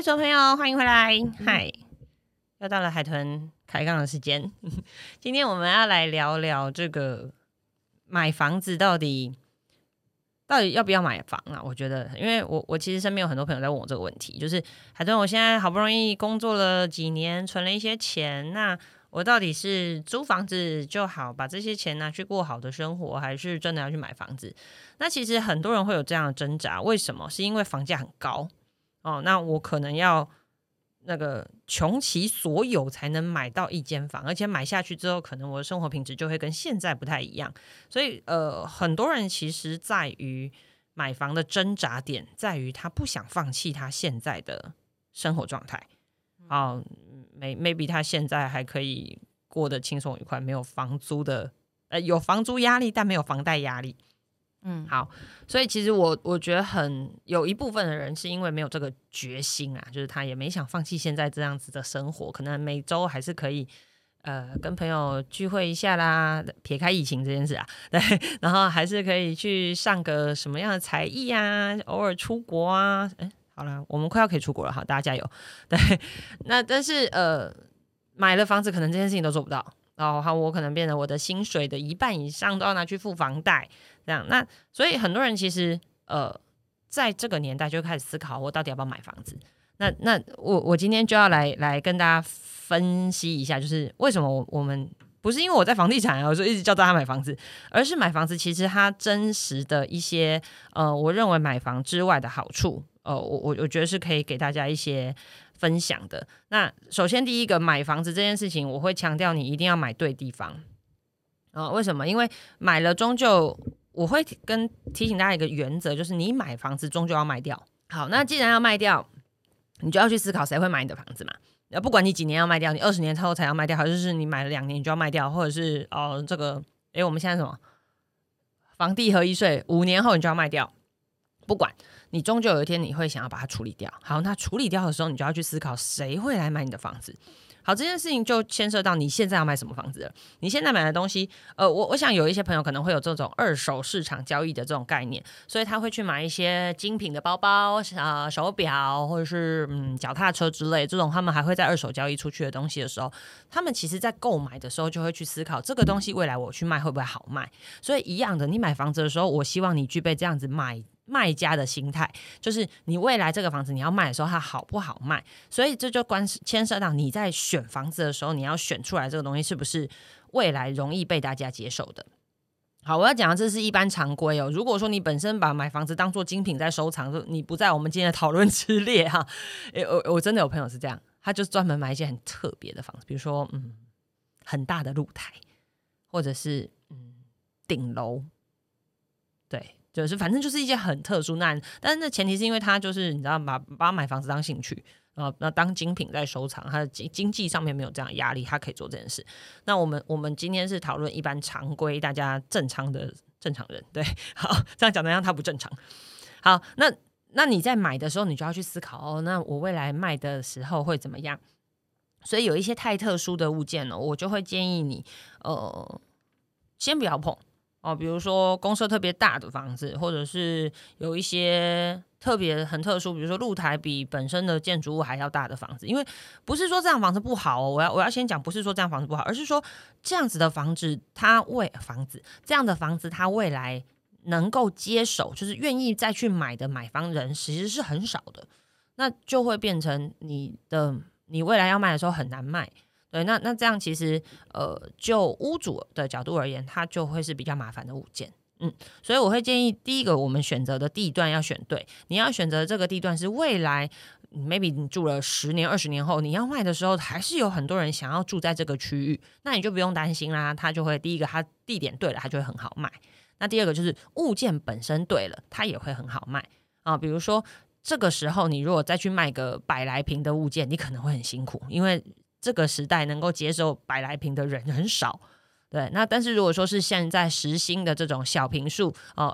手朋友，欢迎回来！嗨，又到了海豚开杠的时间。今天我们要来聊聊这个买房子到底要不要买房啊？我觉得，因为我其实身边有很多朋友在问我这个问题，就是海豚，我现在好不容易工作了几年，存了一些钱，那我到底是租房子就好，把这些钱拿去过好的生活，还是真的要去买房子？那其实很多人会有这样的挣扎，为什么？是因为房价很高哦，那我可能要那个穷其所有才能买到一间房，而且买下去之后，可能我的生活品质就会跟现在不太一样。所以很多人其实在于买房的挣扎点，在于他不想放弃他现在的生活状态。maybe 他现在还可以过得轻松愉快，没有房租的有房租压力，但没有房贷压力。好，所以其实我觉得有一部分的人是因为没有这个决心啊，就是他也没想放弃现在这样子的生活，可能每周还是可以跟朋友聚会一下啦，撇开疫情这件事啊，对，然后还是可以去上个什么样的才艺啊，偶尔出国啊，好了，我们快要可以出国了，好，大家加油。对，那但是买了房子，可能这件事情都做不到。然后我可能变成我的薪水的一半以上都要拿去付房贷，这样。那所以很多人其实在这个年代就开始思考，我到底要不要买房子？那我今天就要来跟大家分析一下，就是为什么我们不是因为我在房地产啊，我就一直叫大家买房子，而是买房子其实它真实的一些我认为买房之外的好处，我觉得是可以给大家一些分享的。那首先第一个，买房子这件事情，我会强调你一定要买对地方。为什么？因为买了终究，我会提醒大家一个原则，就是你买房子终究要卖掉。好，那既然要卖掉，你就要去思考谁会买你的房子嘛。不管你几年要卖掉，你20年后才要卖掉，还是你买了2年你就要卖掉，或者是这个我们现在什么房地合一税5年后你就要卖掉，不管。你终究有一天你会想要把它处理掉。好，那处理掉的时候，你就要去思考谁会来买你的房子。好，这件事情就牵涉到你现在要买什么房子了。你现在买的东西，我想有一些朋友可能会有这种二手市场交易的这种概念，所以他会去买一些精品的包包、手表或者是脚踏车之类这种，他们还会在二手交易出去的东西的时候，他们其实在购买的时候就会去思考这个东西未来我去卖会不会好卖。所以一样的，你买房子的时候，我希望你具备这样子卖家的心态，就是你未来这个房子你要卖的时候它好不好卖，所以这就牵涉到你在选房子的时候，你要选出来这个东西是不是未来容易被大家接受的。好，我要讲的这是一般常规哦。如果说你本身把买房子当做精品在收藏，你不在我们今天的讨论之列哈。我真的有朋友是这样，他就专门买一些很特别的房子，比如说很大的露台，或者是顶楼，对。就是反正就是一些很特殊，但是那前提是因为他就是你知道把买房子当兴趣，那当精品在收藏，他的经济上面没有这样的压力，他可以做这件事。那我们今天是讨论一般常规大家正常人，对，好，这样讲的让他不正常。好，那你在买的时候，你就要去思考那我未来卖的时候会怎么样？所以有一些太特殊的物件我就会建议你先不要碰。比如说公设特别大的房子，或者是有一些很特殊，比如说露台比本身的建筑物还要大的房子。因为不是说这样房子不好我要先讲，不是说这样房子不好，而是说这样子的房子这样的房子它未来能够接手，就是愿意再去买的买房人其实是很少的，那就会变成你未来要卖的时候很难卖。对，那这样其实就屋主的角度而言，它就会是比较麻烦的物件。所以我会建议第一个，我们选择的地段要选对，你要选择这个地段是未来 maybe 你住了10年20年后你要卖的时候，还是有很多人想要住在这个区域，那你就不用担心啦，它就会第一个它地点对了，它就会很好卖。那第二个就是物件本身对了，它也会很好卖比如说这个时候你如果再去卖个100来坪的物件，你可能会很辛苦，因为这个时代能够接受100来坪的人很少。对，那但是如果说是现在时兴的这种小坪数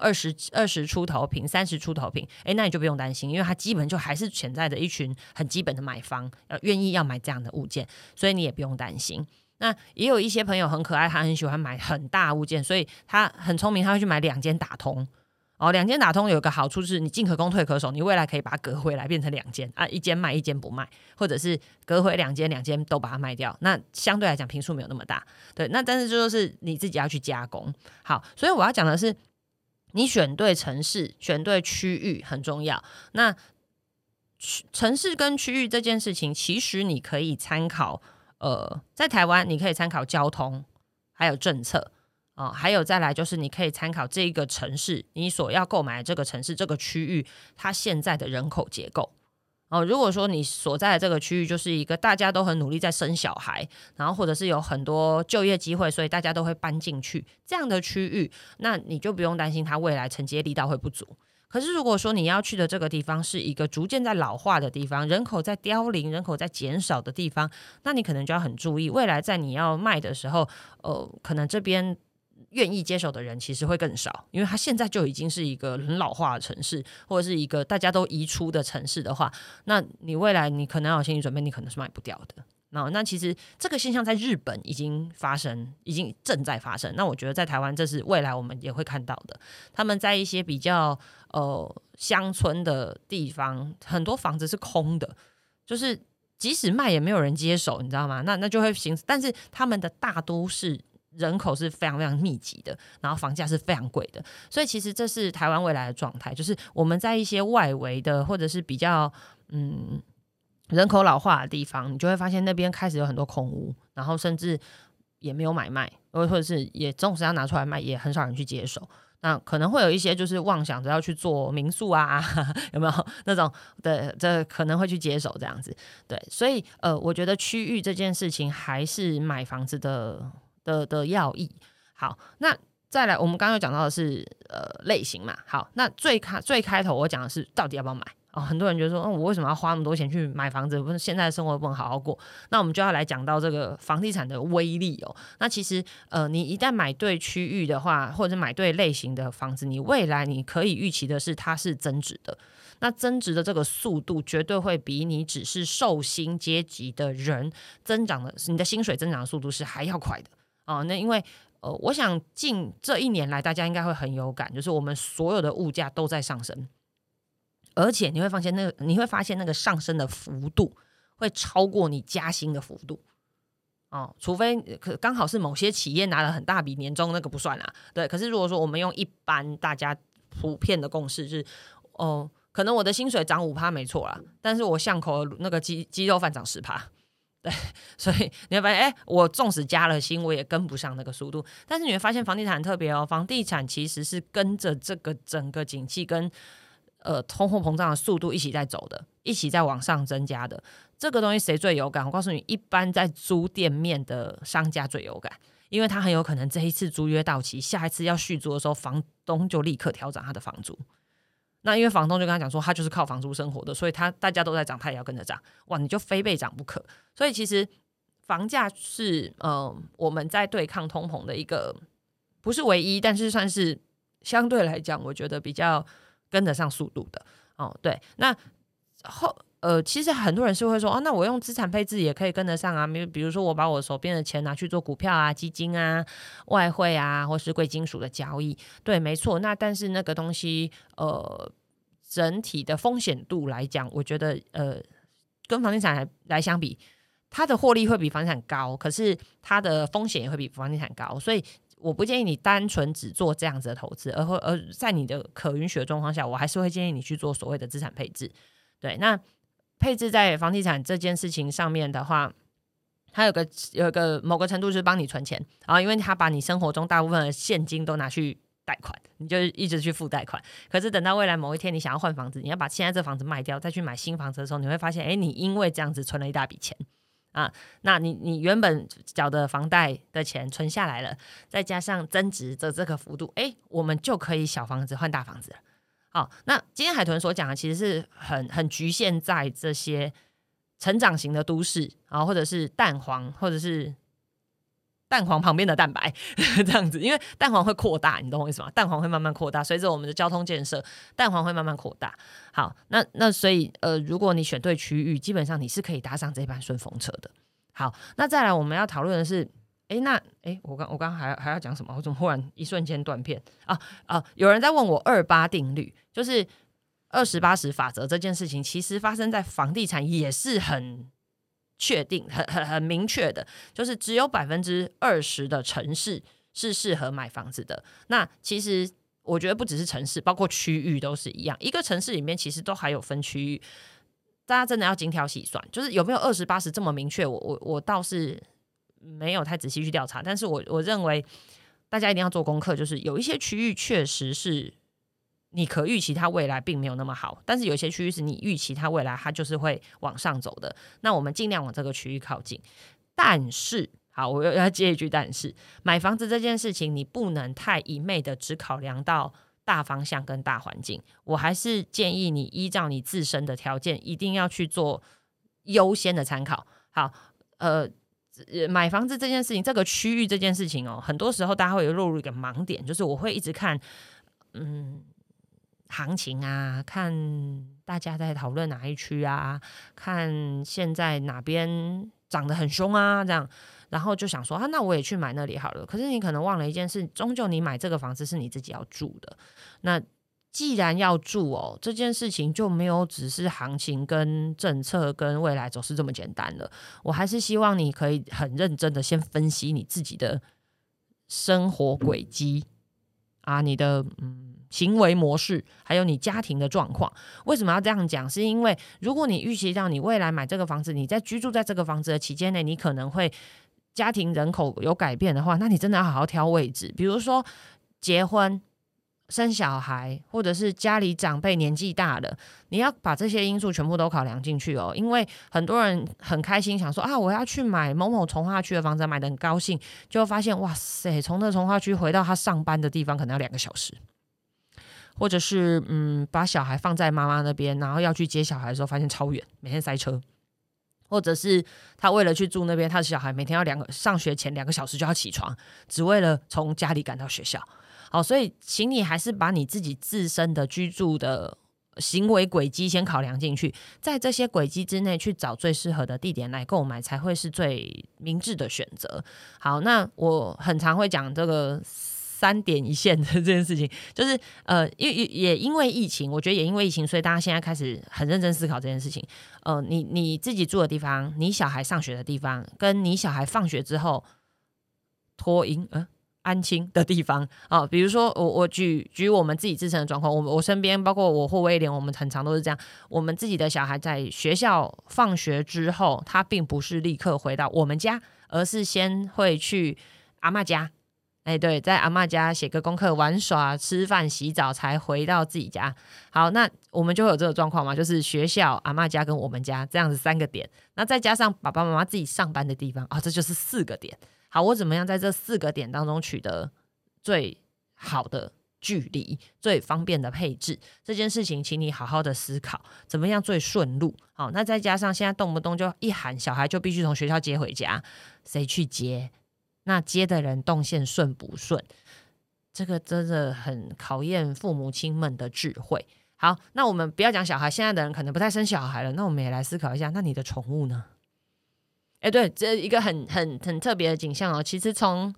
20出头坪30出头坪，那你就不用担心，因为它基本就还是潜在的一群很基本的买方愿意要买这样的物件，所以你也不用担心。那也有一些朋友很可爱，他很喜欢买很大物件，所以他很聪明，他会去买2间打通。 2间打通有一个好处是你进可攻退可守，你未来可以把它隔回来变成2间啊，1间卖1间不卖，或者是隔回2间2间都把它卖掉，那相对来讲坪数没有那么大。对，那但是就是你自己要去加工。好，所以我要讲的是你选对城市选对区域很重要。那城市跟区域这件事情其实你可以参考在台湾你可以参考交通还有政策还有再来就是你可以参考这个城市你所要购买的这个城市这个区域它现在的人口结构如果说你所在的这个区域就是一个大家都很努力在生小孩，然后或者是有很多就业机会，所以大家都会搬进去这样的区域，那你就不用担心它未来承接力道会不足。可是如果说你要去的这个地方是一个逐渐在老化的地方，人口在凋零人口在减少的地方，那你可能就要很注意未来在你要卖的时候可能这边愿意接手的人其实会更少，因为它现在就已经是一个很老化的城市，或者是一个大家都移出的城市的话，那你未来你可能要有心理准备，你可能是卖不掉的。那其实这个现象在日本已经发生，已经正在发生。那我觉得在台湾这是未来我们也会看到的。他们在一些比较乡村的地方，很多房子是空的，就是即使卖也没有人接手，你知道吗？那就会形成，但是他们的大都市人口是非常非常密集的，然后房价是非常贵的，所以其实这是台湾未来的状态，就是我们在一些外围的或者是比较人口老化的地方，你就会发现那边开始有很多空屋，然后甚至也没有买卖，或者是也总是要拿出来卖，也很少人去接手。那可能会有一些就是妄想着要去做民宿啊，有没有那种的，这可能会去接手这样子。对，所以我觉得区域这件事情还是买房子的要义。好，那再来我们刚刚有讲到的是类型嘛。好，那最开头我讲的是到底要不要买很多人觉得说我为什么要花那么多钱去买房子，不是现在的生活不能好好过。那我们就要来讲到这个房地产的威力那其实你一旦买对区域的话，或者买对类型的房子，你未来你可以预期的是它是增值的。那增值的这个速度绝对会比你只是受薪阶级的人增长的，你的薪水增长的速度是还要快的那因为我想近这1年来大家应该会很有感，就是我们所有的物价都在上升，而且你会发现那个上升的幅度会超过你加薪的幅度除非刚好是某些企业拿了很大笔年终，那个不算啦。对，可是如果说我们用一般大家普遍的共识是可能我的薪水涨 5% 没错啦，但是我巷口的那个鸡肉饭涨 10%。对，所以你会发现我纵使加了薪我也跟不上那个速度。但是你会发现房地产很特别房地产其实是跟着这个整个景气跟通货膨胀的速度一起在走的，一起在往上增加的。这个东西谁最有感？我告诉你，一般在租店面的商家最有感，因为他很有可能这一次租约到期，下一次要续租的时候，房东就立刻调涨他的房租。那因为房东就跟他讲说他就是靠房租生活的，所以大家都在涨，他也要跟着涨，哇，你就非被涨不可。所以其实房价是我们在对抗通膨的一个不是唯一，但是算是相对来讲我觉得比较跟得上速度的对。那其实很多人是会说那我用资产配置也可以跟得上啊，比如说我把我手边的钱拿去做股票啊、基金啊、外汇啊，或是贵金属的交易。对，没错。那但是那个东西整体的风险度来讲，我觉得跟房地产来相比，它的获利会比房地产高，可是它的风险也会比房地产高，所以我不建议你单纯只做这样子的投资，而在你的可允许的状况下，我还是会建议你去做所谓的资产配置。对，那配置在房地产这件事情上面的话，它有一个某个程度是帮你存钱因为它把你生活中大部分的现金都拿去贷款，你就一直去付贷款。可是等到未来某一天你想要换房子，你要把现在这房子卖掉再去买新房子的时候，你会发现你因为这样子存了一大笔钱那你原本缴的房贷的钱存下来了，再加上增值的这个幅度我们就可以小房子换大房子了。好，那今天海豚所讲的其实是很局限在这些成长型的都市或者是蛋黄，或者是蛋黄旁边的蛋白这样子，因为蛋黄会扩大，你懂我意思吗？蛋黄会慢慢扩大，随着我们的交通建设，蛋黄会慢慢扩大。好，那所以如果你选对区域，基本上你是可以搭上这班顺风车的。好，那再来我们要讨论的是我刚还要讲什么？我怎么忽然一瞬间断片有人在问我28定律，就是20-80法则这件事情，其实发生在房地产也是很确定、很明确的，就是只有20%的城市是适合买房子的。那其实我觉得不只是城市，包括区域都是一样。一个城市里面其实都还有分区域，大家真的要精挑细算。就是有没有20-80这么明确，我倒是没有太仔细去调查，但是我认为大家一定要做功课，就是有一些区域确实是你可预期它未来并没有那么好，但是有些区域是你预期它未来它就是会往上走的，那我们尽量往这个区域靠近。但是好，我要接一句但是，买房子这件事情你不能太一昧的只考量到大方向跟大环境，我还是建议你依照你自身的条件一定要去做优先的参考。好，买房子这件事情，这个区域这件事情很多时候大家会有落入一个盲点，就是我会一直看行情啊，看大家在讨论哪一区啊，看现在哪边涨得很凶啊，这样，然后就想说那我也去买那里好了。可是你可能忘了一件事，终究你买这个房子是你自己要住的，那既然要住这件事情就没有只是行情跟政策跟未来走势这么简单了。我还是希望你可以很认真的先分析你自己的生活轨迹啊，你的行为模式，还有你家庭的状况。为什么要这样讲？是因为如果你预期到你未来买这个房子，你在居住在这个房子的期间内，你可能会家庭人口有改变的话，那你真的要好好挑位置。比如说结婚、生小孩，或者是家里长辈年纪大了，你要把这些因素全部都考量进去因为很多人很开心想说我要去买某某从化区的房子，买得很高兴，就会发现哇塞，从那从化区回到他上班的地方可能要2个小时，或者是把小孩放在妈妈那边，然后要去接小孩的时候发现超远，每天塞车，或者是他为了去住那边，他的小孩每天要上学前2个小时就要起床，只为了从家里赶到学校。好，所以请你还是把你自己自身的居住的行为轨迹先考量进去，在这些轨迹之内去找最适合的地点来购买，才会是最明智的选择。好，那我很常会讲这个3点一线的这件事情，就是也因为疫情，我觉得也因为疫情，所以大家现在开始很认真思考这件事情。你自己住的地方，你小孩上学的地方，跟你小孩放学之后托婴安亲的地方比如说我举我们自己自身的状况，我身边包括我或威廉，我们很常都是这样，我们自己的小孩在学校放学之后，他并不是立刻回到我们家，而是先会去阿嬷家，对，在阿嬷家写个功课、玩耍、吃饭、洗澡，才回到自己家。好，那我们就会有这个状况嘛，就是学校、阿嬷家跟我们家这样子3个点，那再加上爸爸妈妈自己上班的地方这就是4个点。好，我怎么样在这4个点当中取得最好的距离，最方便的配置，这件事情请你好好的思考，怎么样最顺路。好，那再加上现在动不动就一喊小孩就必须从学校接回家，谁去接？那接的人动线顺不顺？这个真的很考验父母亲们的智慧。好，那我们不要讲小孩，现在的人可能不太生小孩了，那我们也来思考一下，那你的宠物呢？对，这一个很特别的景象其实从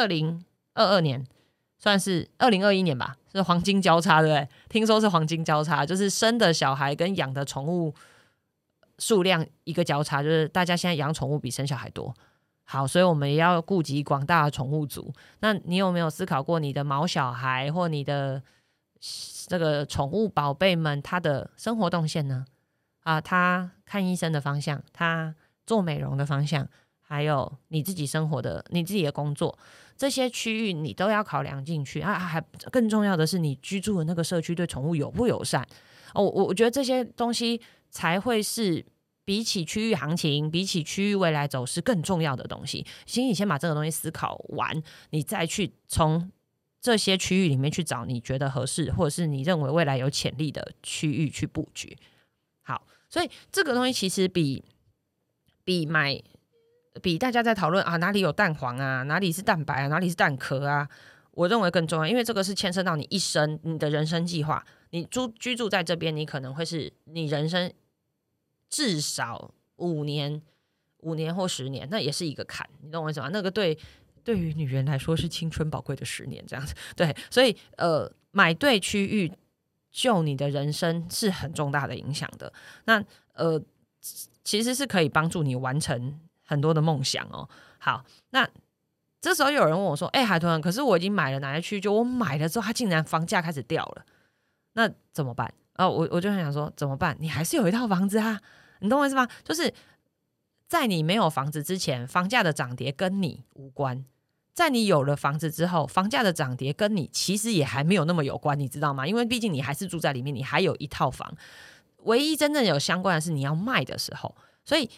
2022年算是2021年吧，是黄金交叉，对不对？听说是黄金交叉，就是生的小孩跟养的宠物数量一个交叉，就是大家现在养宠物比生小孩多。好，所以我们也要顾及广大的宠物族。那你有没有思考过你的毛小孩或你的这个宠物宝贝们他的生活动线呢？他看医生的方向，他做美容的方向，还有你自己生活的你自己的工作，这些区域你都要考量进去还更重要的是你居住的那个社区对宠物友不友善我觉得这些东西才会是比起区域行情，比起区域未来走势更重要的东西。请你先把这个东西思考完，你再去从这些区域里面去找你觉得合适或者是你认为未来有潜力的区域去布局。好，所以这个东西其实比大家在讨论哪里有蛋黄哪里是蛋白哪里是蛋壳我认为更重要，因为这个是牵涉到你一生你的人生计划。你居住在这边，你可能会是你人生至少5 5年或10年，那也是一个坎，你懂我意思吗？那个对于女人来说是青春宝贵的10年这样子。对，所以买对区域就你的人生是很重大的影响的。那其实是可以帮助你完成很多的梦想哦。好，那这时候有人问我说：“海豚，可是我已经买了哪些区域？就我买了之后，它竟然房价开始掉了，那怎么办？”我就很想说，怎么办？你还是有一套房子啊，你懂我意思吗？就是在你没有房子之前，房价的涨跌跟你无关；在你有了房子之后，房价的涨跌跟你其实也还没有那么有关，你知道吗？因为毕竟你还是住在里面，你还有一套房。唯一真正有相关的是你要卖的时候，所以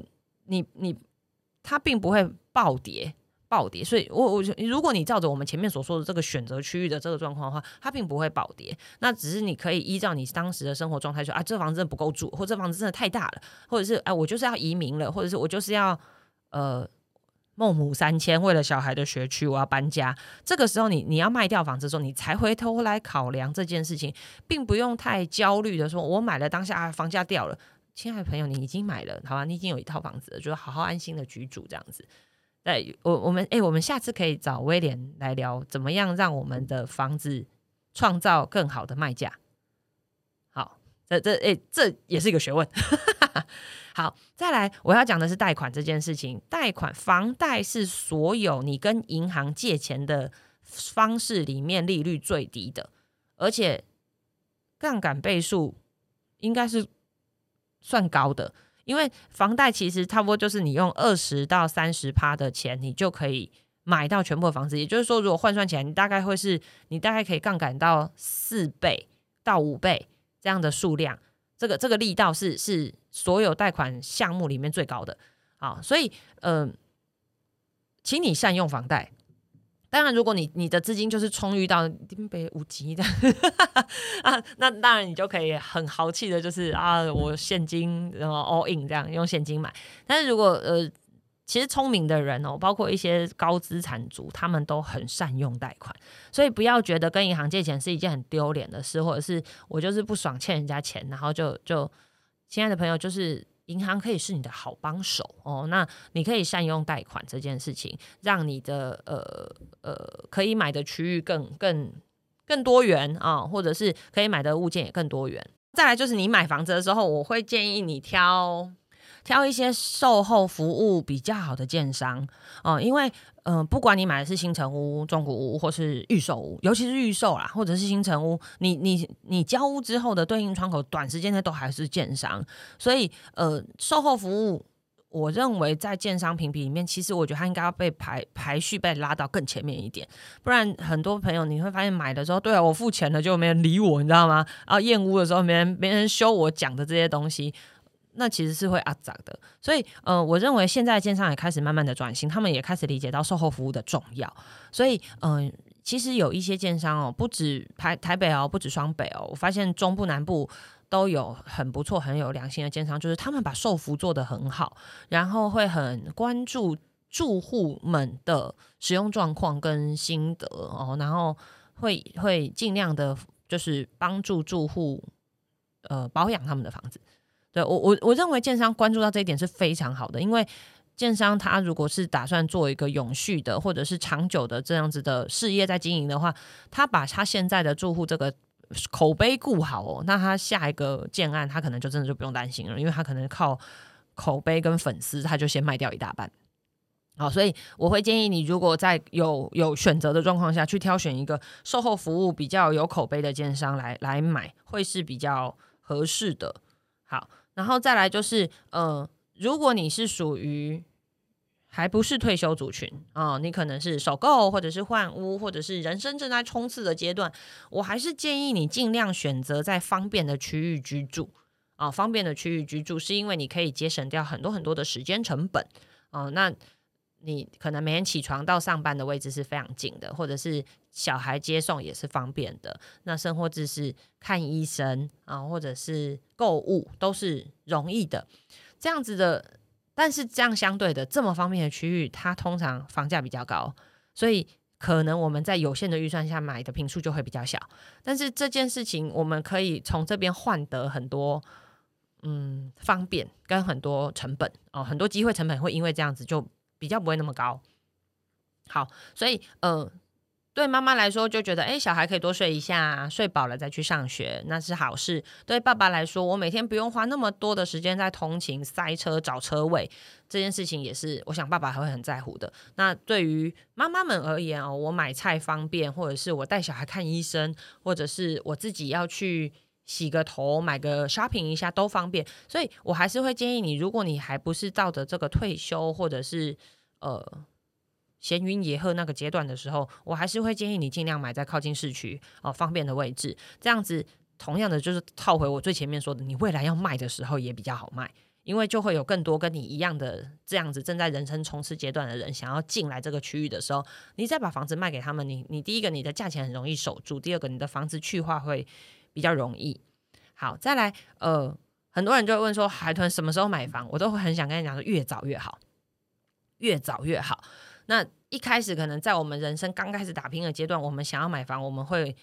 它并不会暴跌。所以如果你照着我们前面所说的这个选择区域的这个状况的话，它并不会暴跌。那只是你可以依照你当时的生活状态说这房子真的不够住，或这房子真的太大了，或者是我就是要移民了，或者是我就是要孟母三迁，为了小孩的学区我要搬家。这个时候你要卖掉房子的时候，你才回头来考量这件事情，并不用太焦虑的说我买了当下房价掉了。亲爱的朋友，你已经买了，好吧，你已经有一套房子了，就好好安心的居住这样子。对，我们下次可以找威廉来聊怎么样让我们的房子创造更好的卖价。好，这也是一个学问。好，再来我要讲的是贷款这件事情。房贷是所有你跟银行借钱的方式里面利率最低的，而且杠杆倍数应该是算高的。因为房贷其实差不多就是你用20%到30%的钱，你就可以买到全部的房子。也就是说，如果换算起来，你大概可以杠杆到4倍到5倍这样的数量。这个力道是所有贷款项目里面最高的。好，所以请你善用房贷。当然，如果你的资金就是充裕到丁北5级的那当然你就可以很豪气的，就是我现金all in 这样用现金买。但是如果其实聪明的人包括一些高资产族，他们都很善用贷款，所以不要觉得跟银行借钱是一件很丢脸的事，或者是我就是不爽欠人家钱，然后就亲爱的朋友，就是银行可以是你的好帮手那你可以善用贷款这件事情，让你的可以买的区域更多元或者是可以买的物件也更多元。再来就是你买房子的时候，我会建议你挑一些售后服务比较好的建商因为不管你买的是新成屋、中古屋或是预售屋，尤其是预售啦，或者是新成屋，你交屋之后的对应窗口短时间内都还是建商，所以售后服务我认为在建商评比里面，其实我觉得它应该要被排序被拉到更前面一点，不然很多朋友你会发现买的时候，对我付钱了就没人理我，你知道吗？验屋的时候没人修我讲的这些东西，那其实是会杂的。所以我认为现在建商也开始慢慢的转型，他们也开始理解到售后服务的重要。所以其实有一些建商不止台北不止双北我发现中部南部都有很不错很有良心的建商，就是他们把售服做得很好，然后会很关注住户们的使用状况跟心得然后会尽量的就是帮助住户保养他们的房子。对，我认为建商关注到这一点是非常好的，因为建商他如果是打算做一个永续的或者是长久的这样子的事业在经营的话，他把他现在的住户这个口碑顾好那他下一个建案他可能就真的就不用担心了，因为他可能靠口碑跟粉丝他就先卖掉一大半。好，所以我会建议你，如果在有选择的状况下，去挑选一个售后服务比较有口碑的建商来买，会是比较合适的。好，然后再来就是如果你是属于还不是退休族群你可能是首购或者是换屋，或者是人生正在冲刺的阶段，我还是建议你尽量选择在方便的区域居住方便的区域居住是因为你可以节省掉很多很多的时间成本那你可能每天起床到上班的位置是非常近的，或者是小孩接送也是方便的，那甚或者是看医生或者是购物都是容易的这样子的。但是这样相对的这么方便的区域，它通常房价比较高，所以可能我们在有限的预算下买的坪数就会比较小。但是这件事情我们可以从这边换得很多方便跟很多成本很多机会成本会因为这样子就比较不会那么高。好，所以对妈妈来说就觉得小孩可以多睡一下，睡饱了再去上学，那是好事。对爸爸来说，我每天不用花那么多的时间在通勤、塞车、找车位，这件事情也是我想爸爸还会很在乎的。那对于妈妈们而言我买菜方便，或者是我带小孩看医生，或者是我自己要去洗个头买个 shopping 一下都方便。所以我还是会建议你，如果你还不是到的这个退休或者是闲云野鹤那个阶段的时候，我还是会建议你尽量买在靠近市区方便的位置，这样子同样的就是套回我最前面说的，你未来要卖的时候也比较好卖，因为就会有更多跟你一样的这样子正在人生冲刺阶段的人想要进来这个区域的时候，你再把房子卖给他们，你第一个你的价钱很容易守住，第二个你的房子去化会比较容易。好，再来很多人就会问说海豚什么时候买房，我都会很想跟你讲说越早越好，越早越好。那一开始可能在我们人生刚开始打拼的阶段，我们想要买房，我们会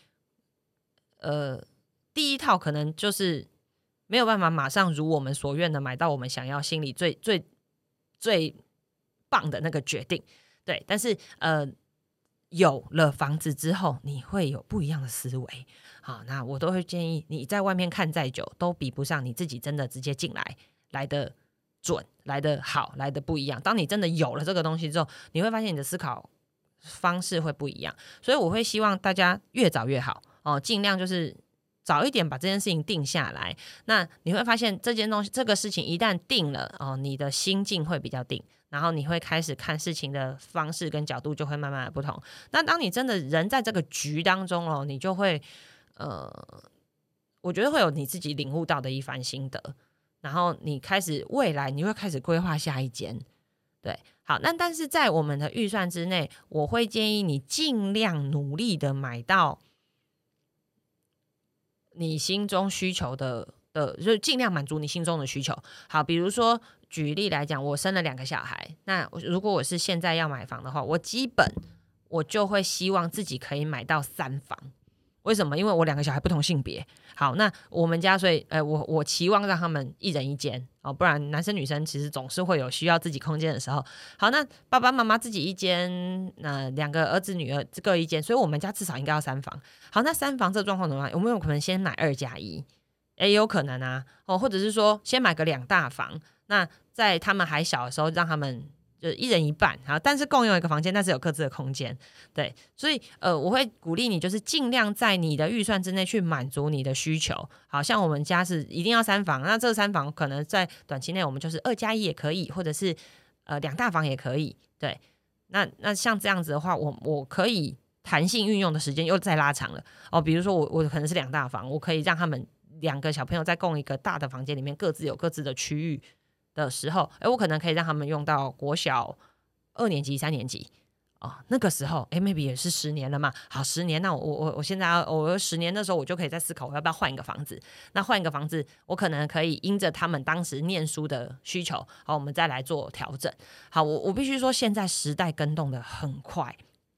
第一套可能就是没有办法马上如我们所愿的买到我们想要心里最最最棒的那个决定，对，但是有了房子之后你会有不一样的思维。好，那我都会建议你在外面看再久都比不上你自己真的直接进来的准，来的好，来的不一样。当你真的有了这个东西之后，你会发现你的思考方式会不一样。所以我会希望大家越早越好尽量就是早一点把这件事情定下来。那你会发现这个事情一旦定了你的心境会比较定，然后你会开始看事情的方式跟角度就会慢慢的不同。那当你真的人在这个局当中你就会我觉得会有你自己领悟到的一番心得，然后你开始未来你会开始规划下一间。对，好，那但是在我们的预算之内，我会建议你尽量努力的买到你心中需求的就尽量满足你心中的需求。好，比如说举例来讲，我生了2个小孩，那如果我是现在要买房的话，我就会希望自己可以买到3房。为什么？因为我2个小孩不同性别。好，那我们家所以我期望让他们一人一间不然男生女生其实总是会有需要自己空间的时候。好，那爸爸妈妈自己一间2个儿子女儿各一间，所以我们家至少应该要3房。好，那3房这状况怎么办？有没有可能先买2+1？也有可能啊或者是说先买个2大房，那在他们还小的时候让他们就一人一半，好，但是共用一个房间，但是有各自的空间。对，所以我会鼓励你就是尽量在你的预算之内去满足你的需求。好，像我们家是一定要3房，那这3房可能在短期内我们就是2+1也可以，或者是2大房也可以。对，那像这样子的话，我可以弹性运用的时间又再拉长了比如说我可能是2大房，我可以让他们2个小朋友在共一个大的房间里面，各自有各自的区域的时候，我可能可以让他们用到国小2年级、3年级那个时候maybe 也是10年了嘛。好，10年，那我现在我10年的时候，我就可以在思考我要不要换一个房子。那换一个房子，我可能可以因着他们当时念书的需求，好，我们再来做调整。好，我必须说，现在时代更动得很快。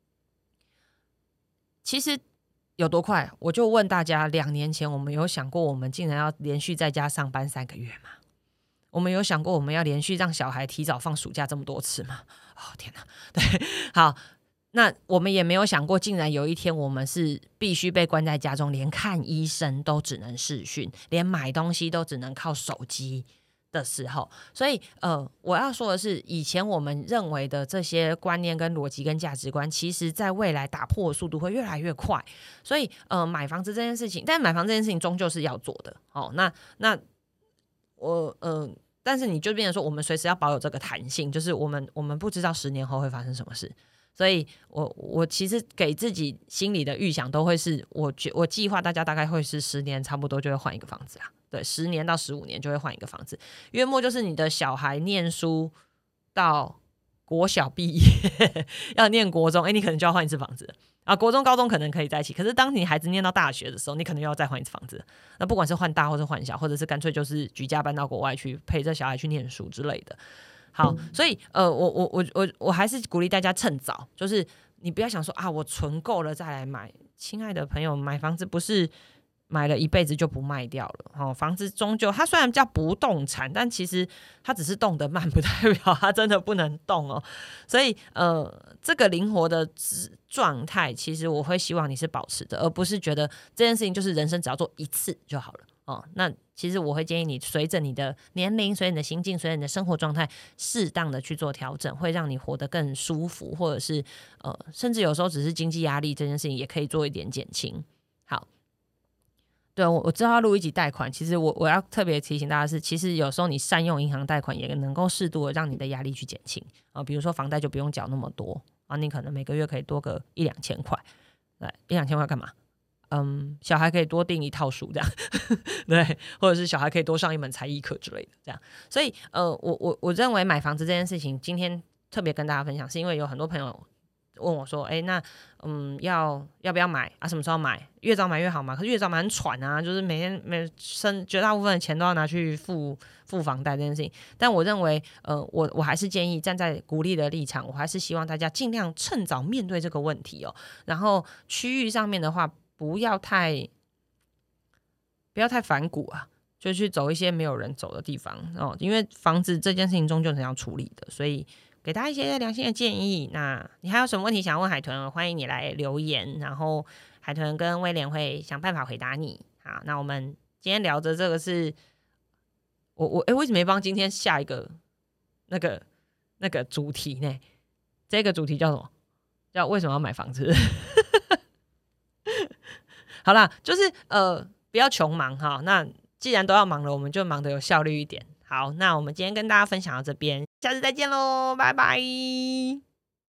其实有多快？我就问大家，2年前我们有想过我们竟然要连续在家上班3个月吗？我们有想过我们要连续让小孩提早放暑假这么多次吗？天哪！对，好，那我们也没有想过竟然有一天我们是必须被关在家中，连看医生都只能视讯，连买东西都只能靠手机的时候。所以我要说的是，以前我们认为的这些观念跟逻辑跟价值观，其实在未来打破的速度会越来越快。所以买房子这件事情，但买房这件事情终究是要做的那我但是你就变成说我们随时要保有这个弹性，就是我们不知道10年后会发生什么事。所以我其实给自己心里的预想都会是我计划大家大概会是10年差不多就会换一个房子啦。对，10年到15年就会换一个房子，约莫就是你的小孩念书到国小毕业要念国中你可能就要换一次房子国中高中可能可以在一起，可是当你孩子念到大学的时候，你可能又要再换一次房子。那不管是换大或是换小，或者是干脆就是举家搬到国外去陪着小孩去念书之类的。好，所以我还是鼓励大家趁早，就是你不要想说我存够了再来买。亲爱的朋友，买房子不是买了一辈子就不卖掉了。房子终究它虽然叫不动产，但其实它只是动得慢，不代表它真的不能动哦。所以这个灵活的状态，其实我会希望你是保持的，而不是觉得这件事情就是人生只要做一次就好了。那其实我会建议你随着你的年龄，随着你的心境，随着你的生活状态，适当的去做调整，会让你活得更舒服，或者是甚至有时候只是经济压力这件事情也可以做一点减轻。好，对，我知道要录一集贷款，其实我要特别提醒大家是，其实有时候你善用银行贷款也能够适度的让你的压力去减轻比如说房贷就不用缴那么多你可能每个月可以多个1-2千块，对，1-2千块干嘛？小孩可以多订一套书这样对，或者是小孩可以多上一门才艺课之类的这样。所以我认为买房子这件事情今天特别跟大家分享，是因为有很多朋友问我说那要不要买什么时候买？越早买越好嘛？可是越早买很喘啊，就是每天绝大部分的钱都要拿去付房贷这件事情。但我认为我还是建议站在鼓励的立场，我还是希望大家尽量趁早面对这个问题然后区域上面的话不要太反骨就去走一些没有人走的地方因为房子这件事情终究是要处理的，所以给大家一些良心的建议。那你还有什么问题想问海豚，欢迎你来留言，然后海豚跟威廉会想办法回答你。好，那我们今天聊的这个是我为什么没帮今天下一个那个主题呢？这个主题叫什么？叫为什么要买房子？好啦，就是不要穷忙那既然都要忙了，我们就忙得有效率一点。好，那我们今天跟大家分享到这边，下次再见咯，拜拜。